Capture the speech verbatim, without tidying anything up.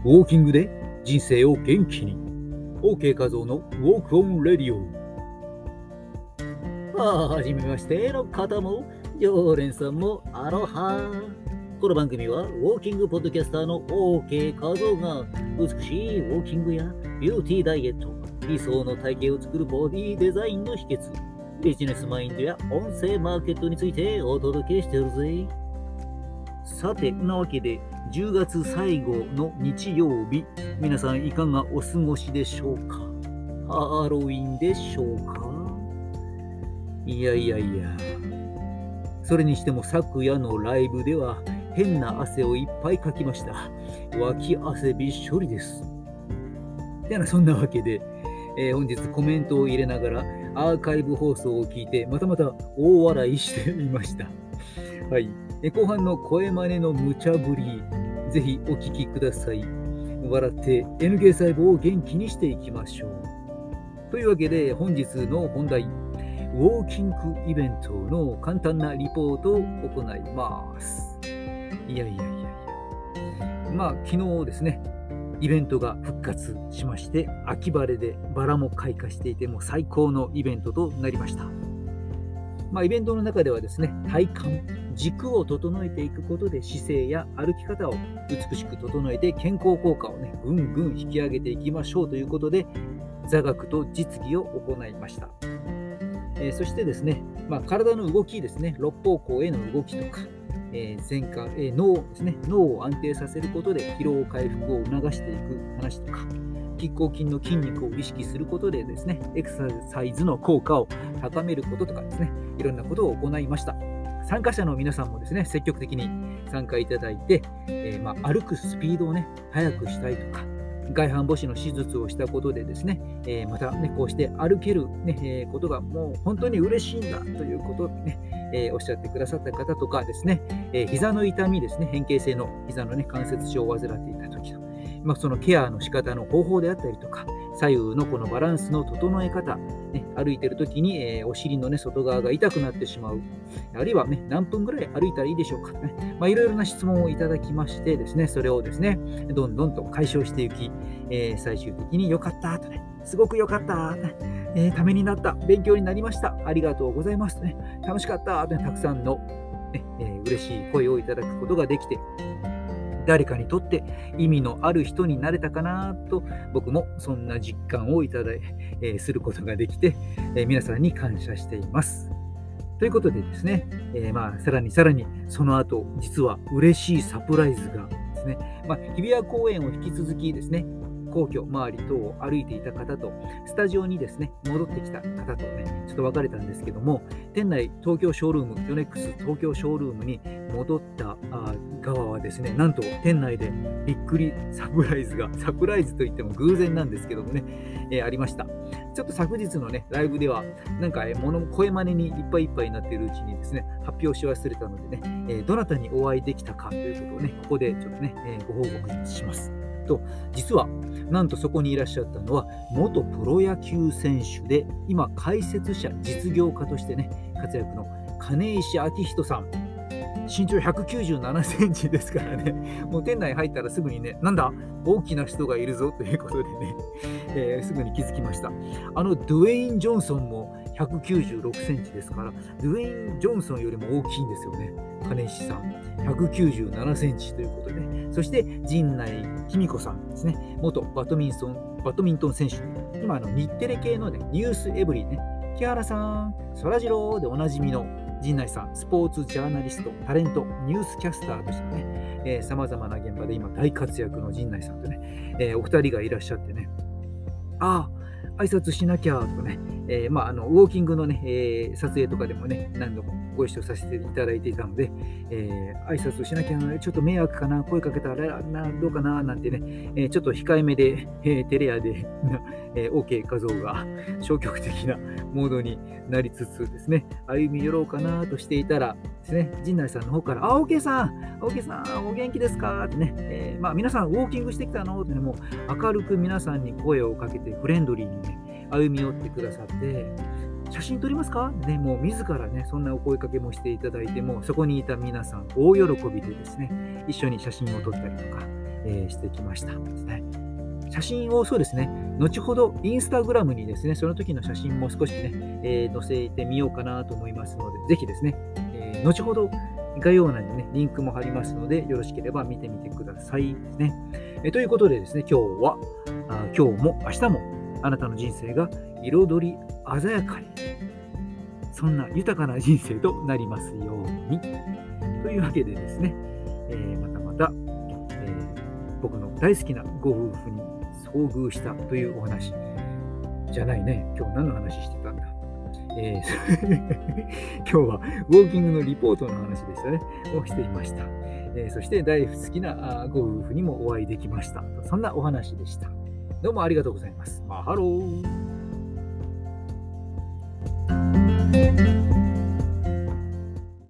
ウォーキングで人生を元気に。 OK 画像のウォークオンレディオ。はじめましての方も常連さんもアロハ。この番組はウォーキングポッドキャスターの OK 画像が美しいウォーキングやビューティーダイエット、理想の体型を作るボディデザインの秘訣、ビジネスマインドや音声マーケットについてお届けしてるぜ。さて、なわけでじゅうがつ最後の日曜日、皆さんいかがお過ごしでしょうか。ハロウィンでしょうか。いやいやいや、それにしても昨夜のライブでは変な汗をいっぱいかきました。脇汗びっしょりです。てなそんなわけで、えー、本日コメントを入れながらアーカイブ放送を聞いてまたまた大笑いしていました。はい、え後半の声真似の無茶ぶり、ぜひお聞きください。笑って エヌケー 細胞を元気にしていきましょう。というわけで本日の本題、ウォーキングイベントの簡単なリポートを行います。いやいやいやいや。まあ昨日ですね、イベントが復活しまして、秋晴れでバラも開花していて、もう最高のイベントとなりました。まあ、イベントの中ではですね、体幹、軸を整えていくことで姿勢や歩き方を美しく整えて健康効果をね、ぐんぐん引き上げていきましょうということで、座学と実技を行いました。えー、そしてですね、まあ、体の動きですね、六方向への動きとか、えー、前回、えー、脳ですね、脳を安定させることで疲労回復を促していく話とか、拮抗筋の筋肉を意識することでですね、エクササイズの効果を高めることとかですね、いろんなことを行いました。参加者の皆さんもですね、積極的に参加いただいて、えーまあ、歩くスピードをね、速くしたいとか、外反母趾の手術をしたことでですね、えー、またね、こうして歩ける、ねえー、ことがもう本当に嬉しいんだということをね、えー、おっしゃってくださった方とかですね、えー、膝の痛みですね、変形性の膝のね、関節症を患っていた時と、まあ、そのケアの仕方の方法であったりとか、左右のこのバランスの整え方、ね、歩いているときに、えー、お尻の、ね、外側が痛くなってしまう、あるいは、ね、何分ぐらい歩いたらいいでしょうか、ね、まあ、いろいろな質問をいただきましてですね、それをですね、どんどんと解消していき、えー、最終的に良かったとね、すごく良かった、ねえー、ためになった、勉強になりました、ありがとうございます、ね、楽しかったと、ね、たくさんの、ねえー、嬉しい声をいただくことができて、誰かにとって意味のある人になれたかなと、僕もそんな実感をいただい、えー、することができて、えー、皆さんに感謝しています。ということでですね、えー、まあさらにさらにその後、実は嬉しいサプライズがですね、まあ、日比谷公園を引き続きですね、皇居周り等を歩いていた方とスタジオにですね戻ってきた方とねちょっと別れたんですけども、店内東京ショールーム、ヨネックス東京ショールームに戻った側はですね、なんと店内でびっくりサプライズが、サプライズといっても偶然なんですけどもね、えー、ありました。ちょっと昨日のねライブではなんか物声真似にいっぱいいっぱいになっているうちにですね発表し忘れたのでね、えー、どなたにお会いできたかということをねここでちょっとね、えー、ご報告します。と実はなんとそこにいらっしゃったのは元プロ野球選手で今解説者実業家としてね活躍の金石明人さん、身長ひゃくきゅうじゅうななセンチですからね、もう店内入ったらすぐにね、なんだ大きな人がいるぞということでね、えー、すぐに気づきました。あのドゥエイン・ジョンソンもひゃくきゅうじゅうろくセンチですから、ドゥエイン・ジョンソンよりも大きいんですよね。金石さんひゃくきゅうじゅうななセンチということで、そして陣内貴美子さんですね、元バドミントンバドミントン選手、今あの日テレ系の、ね、ニュースエブリーね、木原さんそらジローでおなじみの陣内さん、スポーツジャーナリスト、タレント、ニュースキャスターとしてね、さまざまな現場で今大活躍の陣内さんとね、えー、お二人がいらっしゃってね、ああ、挨拶しなきゃとかね、えーまあ、あのウォーキングの、ねえー、撮影とかでもね、何度もご一緒させていただいていたので、えー、挨拶しなきゃちょっと迷惑かな、声かけたらなどうかななんてね、えー、ちょっと控えめで、えー、テレアで、えー、OK 画像が消極的なモードになりつつですね、歩み寄ろうかなとしていたらですね、陣内さんの方から、あ、OK さん、OK さん、お元気ですかってね、えーまあ、皆さんウォーキングしてきたのってね、もう明るく皆さんに声をかけてフレンドリーにね、歩み寄ってくださって、写真撮りますかね、もう自らね、そんなお声かけもしていただいて、もそこにいた皆さん、大喜びでですね、一緒に写真を撮ったりとか、 えー、してきましたですね。写真をそうですね、後ほどインスタグラムにですね、その時の写真も少しね、えー、載せてみようかなと思いますので、ぜひですね、えー、後ほど概要欄にね、リンクも貼りますので、よろしければ見てみてくださいですね。えー、ということでですね、今日は、あ今日も明日もあなたの人生が彩り鮮やかに、そんな豊かな人生となりますように。というわけでですね、えー、またまた、えー、僕の大好きなご夫婦に遭遇したというお話じゃないね。今日何の話してたんだ。えー、今日はウォーキングのリポートの話でしたね。をしていました。えー、そして大好きなご夫婦にもお会いできました。そんなお話でした。どうもありがとうございます。マハロー。